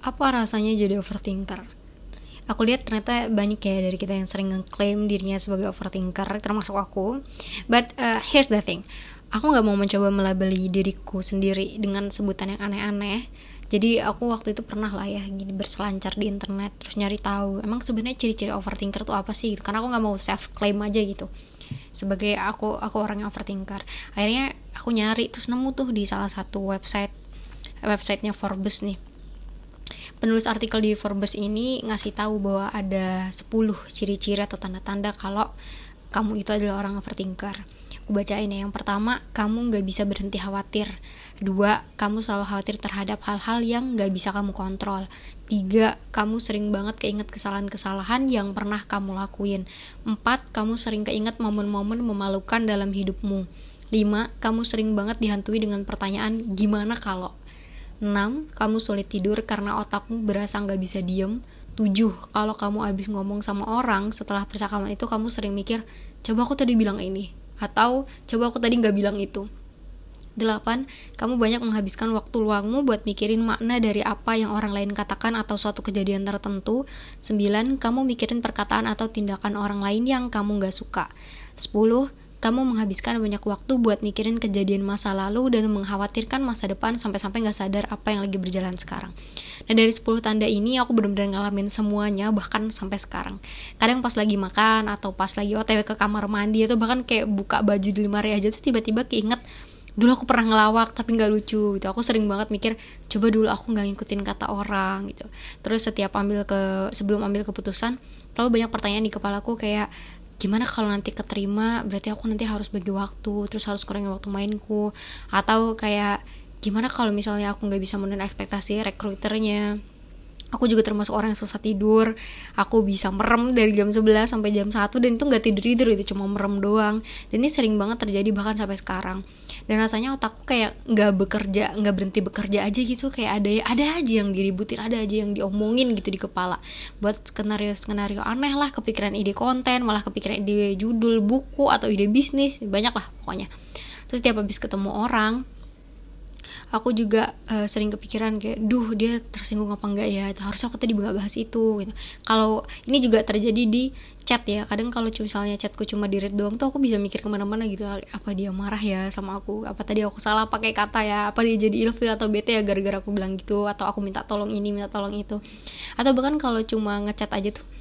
Apa rasanya jadi overthinker? Aku lihat ternyata banyak ya dari kita yang sering ngeklaim dirinya sebagai overthinker, termasuk aku. But here's the thing, aku nggak mau mencoba melabeli diriku sendiri dengan sebutan yang aneh-aneh. Jadi aku waktu itu pernah lah ya gini berselancar di internet terus nyari tahu emang sebenarnya ciri-ciri overthinker tuh apa sih gitu. Karena aku nggak mau self claim aja gitu sebagai aku orang yang overthinker. Akhirnya aku nyari terus nemu tuh di salah satu websitenya Forbes nih. Penulis artikel di Forbes ini ngasih tahu bahwa ada 10 ciri-ciri atau tanda-tanda kalau kamu itu adalah orang overthinker. Aku bacain ya. Yang pertama, kamu gak bisa berhenti khawatir. 2, kamu selalu khawatir terhadap hal-hal yang gak bisa kamu kontrol. 3, kamu sering banget keinget kesalahan-kesalahan yang pernah kamu lakuin. 4, kamu sering keinget momen-momen memalukan dalam hidupmu. 5, kamu sering banget dihantui dengan pertanyaan gimana kalau. 6. Kamu sulit tidur karena otakmu berasa gak bisa diem. 7. Kalau kamu abis ngomong sama orang, setelah percakapan itu kamu sering mikir, coba aku tadi bilang ini, atau coba aku tadi gak bilang itu. 8. Kamu banyak menghabiskan waktu luangmu buat mikirin makna dari apa yang orang lain katakan atau suatu kejadian tertentu. 9. Kamu mikirin perkataan atau tindakan orang lain yang kamu gak suka. 10. Kamu menghabiskan banyak waktu buat mikirin kejadian masa lalu dan mengkhawatirkan masa depan sampai-sampai gak sadar apa yang lagi berjalan sekarang. Nah dari 10 tanda ini aku benar-benar ngalamin semuanya, bahkan sampai sekarang. Kadang pas lagi makan atau pas lagi OTW ke kamar mandi atau bahkan kayak buka baju di lemari aja tuh tiba-tiba keinget dulu aku pernah ngelawak tapi gak lucu gitu. Aku sering banget mikir coba dulu aku gak ngikutin kata orang gitu. Terus sebelum ambil keputusan selalu banyak pertanyaan di kepalaku kayak gimana kalau nanti keterima, berarti aku nanti harus bagi waktu, terus harus kurangin waktu mainku. Atau kayak gimana kalau misalnya aku gak bisa memenuhi ekspektasi rekruternya. Aku juga termasuk orang yang susah tidur. Aku bisa merem dari jam 11 sampai jam 1 dan itu gak tidur-tidur, itu cuma merem doang. Dan ini sering banget terjadi bahkan sampai sekarang. Dan rasanya otakku kayak gak berhenti bekerja aja gitu. Kayak ada aja yang diributin, ada aja yang diomongin gitu di kepala. Buat skenario-skenario aneh lah, kepikiran ide konten, malah kepikiran ide judul buku atau ide bisnis, banyak lah pokoknya. Terus tiap habis ketemu orang, aku juga sering kepikiran kayak dia tersinggung apa enggak ya, harusnya aku tadi nggak bahas itu gitu. Kalau ini juga terjadi di chat ya, kadang kalau misalnya chatku cuma di read doang tuh aku bisa mikir kemana-mana gitu, apa dia marah ya sama aku, apa tadi aku salah pakai kata ya, apa dia jadi ilfil atau bete ya gara-gara aku bilang gitu, atau aku minta tolong ini minta tolong itu. Atau bahkan kalau cuma ngechat aja tuh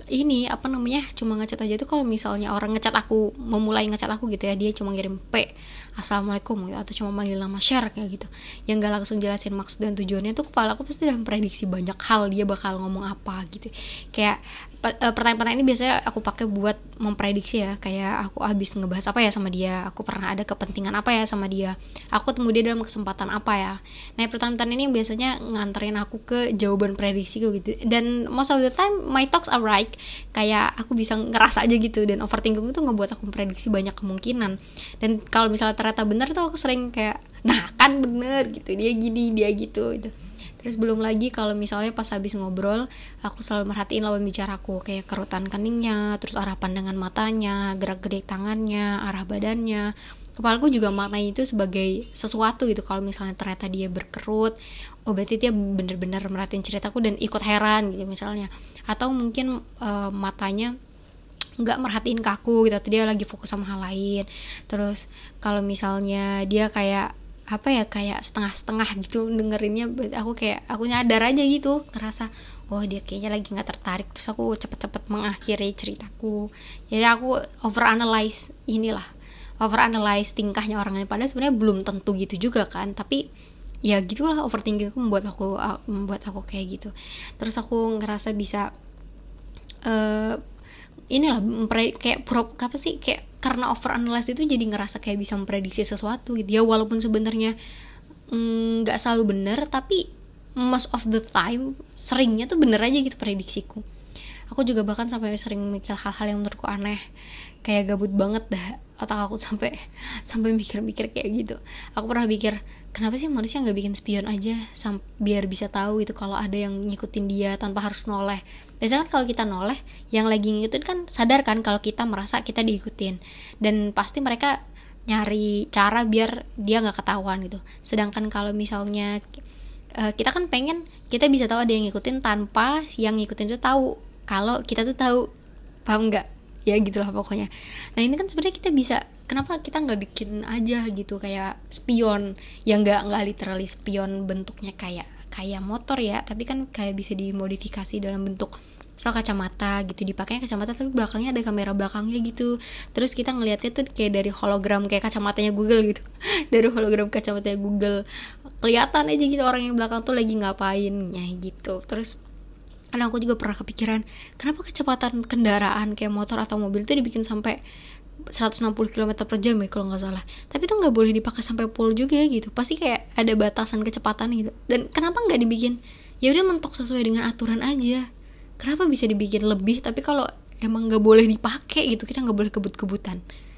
cuma ngechat aja tuh, kalau misalnya orang memulai ngechat aku gitu ya, dia cuma ngirim assalamualaikum gitu, atau cuma manggil nama share kayak gitu, yang gak langsung jelasin maksud dan tujuannya tuh, kepala aku pasti udah memprediksi banyak hal dia bakal ngomong apa gitu. Kayak pertanyaan-pertanyaan ini biasanya aku pakai buat memprediksi ya, kayak aku habis ngebahas apa ya sama dia, aku pernah ada kepentingan apa ya sama dia, aku ketemu dia dalam kesempatan apa ya. Nah pertanyaan ini biasanya nganterin aku ke jawaban prediksiku gitu, dan most of the time my talks are right. Kayak aku bisa ngerasa aja gitu, dan overthinking itu ngebuat aku memprediksi banyak kemungkinan. Dan kalau misalnya ternyata benar tuh aku sering kayak nah kan bener gitu, dia gini dia gitu. Terus belum lagi kalau misalnya pas habis ngobrol, aku selalu merhatiin lawan bicaraku, kayak kerutan keningnya, terus arah pandangan matanya, gerak-gerik tangannya, arah badannya. Kepalaku juga maknai itu sebagai sesuatu gitu. Kalau misalnya ternyata dia berkerut, oh berarti dia benar-benar merhatiin ceritaku dan ikut heran gitu misalnya. Atau mungkin matanya nggak merhatiin ke aku gitu, atau dia lagi fokus sama hal lain. Terus kalau misalnya dia kayak kayak setengah-setengah gitu dengerinnya, aku nyadar aja gitu, ngerasa oh dia kayaknya lagi nggak tertarik, terus aku cepet-cepet mengakhiri ceritaku. Jadi aku overanalyze tingkahnya orang lain, padahal sebenarnya belum tentu gitu juga kan, tapi ya gitulah, overthinking membuat aku kayak gitu. Terus aku ngerasa bisa kayak karena overanalyze itu jadi ngerasa kayak bisa memprediksi sesuatu gitu ya, walaupun sebenarnya nggak selalu benar, tapi most of the time seringnya tuh bener aja gitu prediksiku. Aku juga bahkan sampai sering mikir hal-hal yang menurutku aneh, kayak gabut banget dah otak aku sampai mikir-mikir kayak gitu. Aku pernah mikir, kenapa sih manusia nggak bikin spion aja biar bisa tahu gitu kalau ada yang ngikutin dia tanpa harus noleh. Biasanya kan kalau kita noleh, yang lagi ngikutin kan sadar kan kalau kita merasa kita diikutin, dan pasti mereka nyari cara biar dia nggak ketahuan gitu. Sedangkan kalau misalnya kita kan pengen kita bisa tahu ada yang ngikutin tanpa yang ngikutin itu tahu kalau kita tuh tahu, paham nggak ya, gitulah pokoknya. Nah ini kan sebenarnya kita bisa, kenapa kita nggak bikin aja gitu kayak spion yang nggak literally spion bentuknya kayak motor ya, tapi kan kayak bisa dimodifikasi dalam bentuk misal kacamata gitu, dipakainya kacamata tapi belakangnya ada kamera belakangnya gitu, terus kita ngelihatnya tuh kayak dari hologram kayak kacamatanya Google gitu dari hologram kacamatanya Google kelihatan aja gitu orang yang belakang tuh lagi ngapain ya gitu. Terus kadang aku juga pernah kepikiran kenapa kecepatan kendaraan kayak motor atau mobil tuh dibikin sampai 160 km per jam ya kalau nggak salah, tapi tuh nggak boleh dipakai sampai full juga gitu, pasti kayak ada batasan kecepatan gitu. Dan kenapa nggak dibikin ya udah mentok sesuai dengan aturan aja, kenapa bisa dibikin lebih tapi kalau emang nggak boleh dipakai gitu kita nggak boleh kebut-kebutan,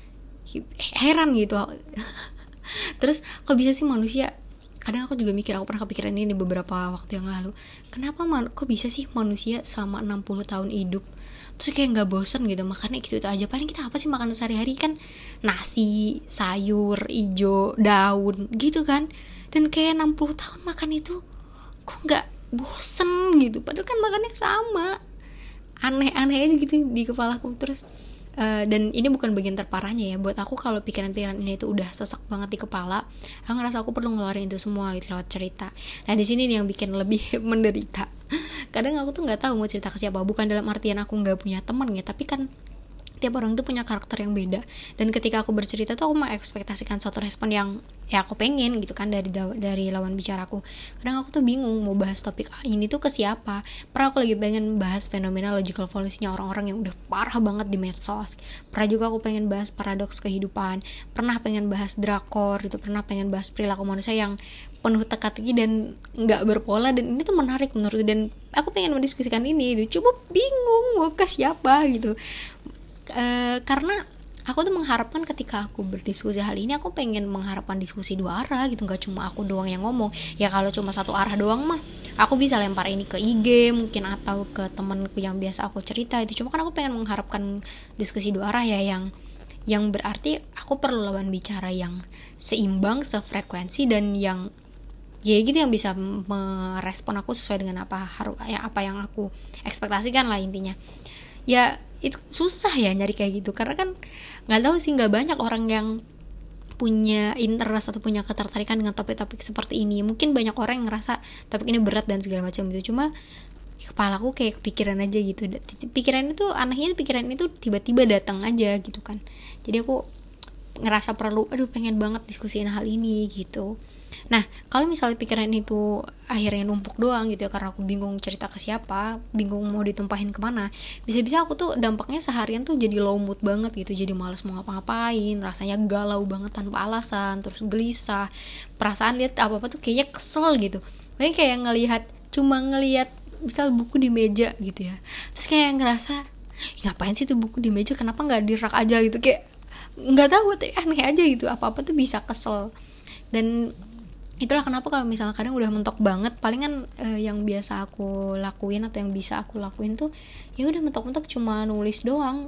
heran gitu. Terus kok bisa sih manusia, kadang aku juga mikir, aku pernah kepikiran ini beberapa waktu yang lalu, kenapa kok bisa sih manusia selama 60 tahun hidup terus kayak nggak bosen gitu makannya gitu aja. Paling kita apa sih makan sehari-hari kan nasi, sayur, ijo, daun gitu kan, dan kayak 60 tahun makan itu kok nggak bosen gitu, padahal kan makannya sama. Aneh-aneh aja gitu di kepalaku. Terus dan ini bukan bagian terparahnya ya buat aku, kalau pikiran-pikiran ini tuh udah sesak banget di kepala, aku ngerasa aku perlu ngeluarin itu semua gitu lewat cerita. Nah di sini nih yang bikin lebih menderita. Kadang aku tuh nggak tahu mau cerita ke siapa, bukan dalam artian aku nggak punya teman ya, tapi kan tiap orang tuh punya karakter yang beda, dan ketika aku bercerita tuh aku mengekspektasikan suatu respon yang ya aku pengen gitu kan dari lawan bicaraku. Kadang aku tuh bingung mau bahas topik ini tuh ke siapa. Pernah aku lagi pengen bahas fenomena logical fallacy-nya orang-orang yang udah parah banget di medsos. Pernah juga aku pengen bahas paradoks kehidupan. Pernah pengen bahas drakor gitu. Pernah pengen bahas perilaku manusia yang penuh teka-teki dan nggak berpola, dan ini tuh menarik menurutku, dan aku pengen mendiskusikan ini gitu. Cuma bingung mau ke siapa gitu. Karena aku tuh mengharapkan ketika aku berdiskusi hal ini, aku pengen mengharapkan diskusi dua arah gitu, nggak cuma aku doang yang ngomong. Ya kalau cuma satu arah doang mah aku bisa lempar ini ke IG mungkin atau ke temanku yang biasa aku cerita itu. Cuma kan aku pengen mengharapkan diskusi dua arah ya, yang berarti aku perlu lawan bicara yang seimbang, sefrekuensi, dan yang ya gitu yang bisa merespon aku sesuai dengan apa yang aku ekspektasikan lah intinya. Ya itu susah ya nyari kayak gitu, karena kan nggak tahu sih, nggak banyak orang yang punya interest atau punya ketertarikan dengan topik-topik seperti ini. Mungkin banyak orang yang ngerasa topik ini berat dan segala macam gitu, cuma ya kepalaku kayak kepikiran aja gitu. Pikiran itu anehnya, pikiran itu tiba-tiba datang aja gitu kan. Jadi aku ngerasa perlu, pengen banget diskusiin hal ini gitu. Nah kalau misalnya pikiran itu akhirnya numpuk doang gitu ya, karena aku bingung cerita ke siapa, bingung mau ditumpahin kemana, bisa-bisa aku tuh dampaknya seharian tuh jadi low mood banget gitu, jadi malas mau ngapa-ngapain, rasanya galau banget tanpa alasan, terus gelisah, perasaan lihat apa-apa tuh kayaknya kesel gitu. Kayak cuma ngelihat misal buku di meja gitu ya, terus kayak ngerasa ngapain sih tuh buku di meja, kenapa nggak di rak aja gitu, kayak nggak tahu, tapi aneh aja gitu, apa-apa tuh bisa kesel. Dan itulah kenapa kalau misalnya kadang udah mentok banget, palingan yang biasa aku lakuin atau yang bisa aku lakuin tuh ya udah mentok-mentok cuma nulis doang.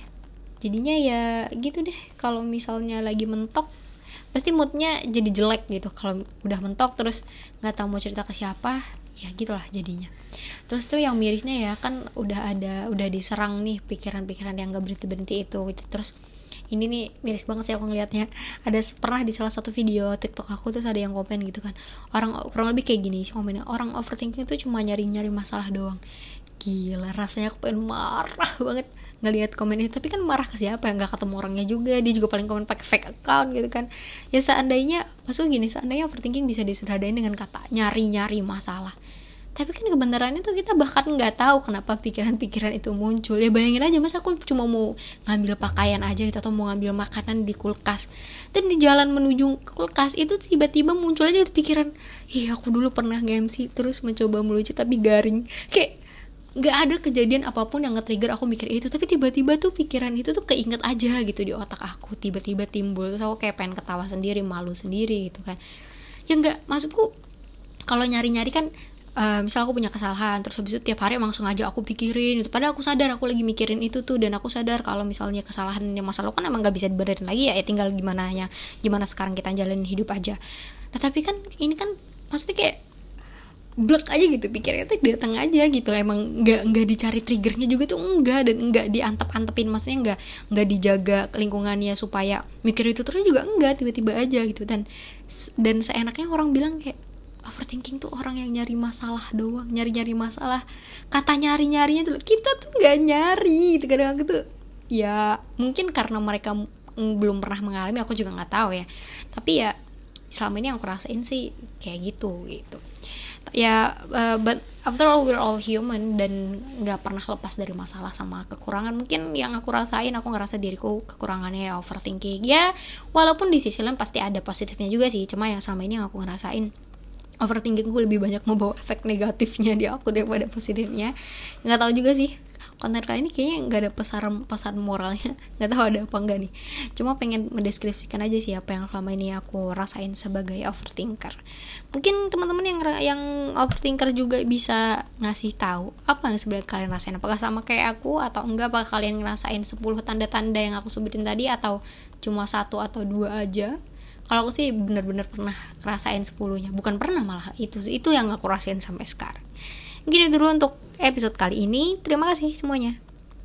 Jadinya ya gitu deh, kalau misalnya lagi mentok pasti moodnya jadi jelek gitu. Kalau udah mentok terus nggak tahu mau cerita ke siapa, ya gitulah jadinya. Terus tuh yang mirisnya ya kan udah diserang nih pikiran-pikiran yang nggak berhenti itu gitu. Terus ini nih miris banget sih aku ngelihatnya. Pernah di salah satu video TikTok aku terus ada yang komen gitu kan, orang kurang lebih kayak gini sih komennya, orang overthinking itu cuma nyari masalah doang. Gila, rasanya aku pengen marah banget ngelihat komen itu, tapi kan marah ke siapa, nggak ketemu orangnya juga, dia juga paling komen pakai fake account gitu kan. Ya seandainya overthinking bisa disederhanain dengan kata nyari masalah, tapi kan kebenarannya tuh kita bahkan nggak tahu kenapa pikiran-pikiran itu muncul. Ya bayangin aja, masa aku cuma mau ngambil pakaian aja gitu, atau mau ngambil makanan di kulkas, dan di jalan menuju kulkas itu tiba-tiba muncul aja pikiran, aku dulu pernah nge-MC terus mencoba melucu tapi garing. Kayak nggak ada kejadian apapun yang nge-trigger aku mikir itu, tapi tiba-tiba tuh pikiran itu tuh keinget aja gitu di otak aku, tiba-tiba timbul, terus aku kayak pengen ketawa sendiri, malu sendiri gitu kan. Ya nggak, maksudku kalau nyari-nyari kan misal aku punya kesalahan, terus habis itu tiap hari emang sengaja aku pikirin itu, padahal aku sadar aku lagi mikirin itu tuh, dan aku sadar kalau misalnya kesalahan yang masa lalu kan emang gak bisa dibenerin lagi ya tinggal gimana sekarang kita jalanin hidup aja. Nah tapi kan ini kan maksudnya kayak blek aja gitu, pikirnya tuh datang aja gitu, emang nggak dicari triggernya juga tuh enggak, dan enggak diantep-antepin, maksudnya enggak dijaga lingkungannya supaya mikir itu terus juga enggak, tiba-tiba aja gitu. Dan seenaknya orang bilang kayak overthinking tuh orang yang nyari masalah doang, nyari masalah. Kata nyarinya tuh kita tuh nggak nyari gitu, kadang tuh ya mungkin karena mereka belum pernah mengalami, aku juga nggak tahu ya, tapi ya selama ini yang aku rasain sih kayak gitu ya. But after all we're all human, dan nggak pernah lepas dari masalah sama kekurangan. Mungkin yang aku rasain, aku ngerasa diriku kekurangannya ya overthinking ya, walaupun di sisi lain pasti ada positifnya juga sih, cuma yang selama ini yang aku ngerasain overthinking gue lebih banyak membawa efek negatifnya di aku daripada positifnya. Nggak tahu juga sih, konten kali ini kayaknya nggak ada pesan moralnya, nggak tahu ada apa enggak nih, cuma pengen mendeskripsikan aja sih apa yang selama ini aku rasain sebagai overthinker. Mungkin teman-teman yang overthinker juga bisa ngasih tahu apa yang sebenarnya kalian rasain, apakah sama kayak aku atau enggak, apakah kalian ngerasain 10 tanda-tanda yang aku sebutin tadi atau cuma 1 atau 2 aja. Kalau aku sih benar-benar pernah ngerasain 10-nya, bukan pernah, malah itu yang aku rasain sampai sekarang. Mungkin itu dulu untuk episode kali ini. Terima kasih semuanya.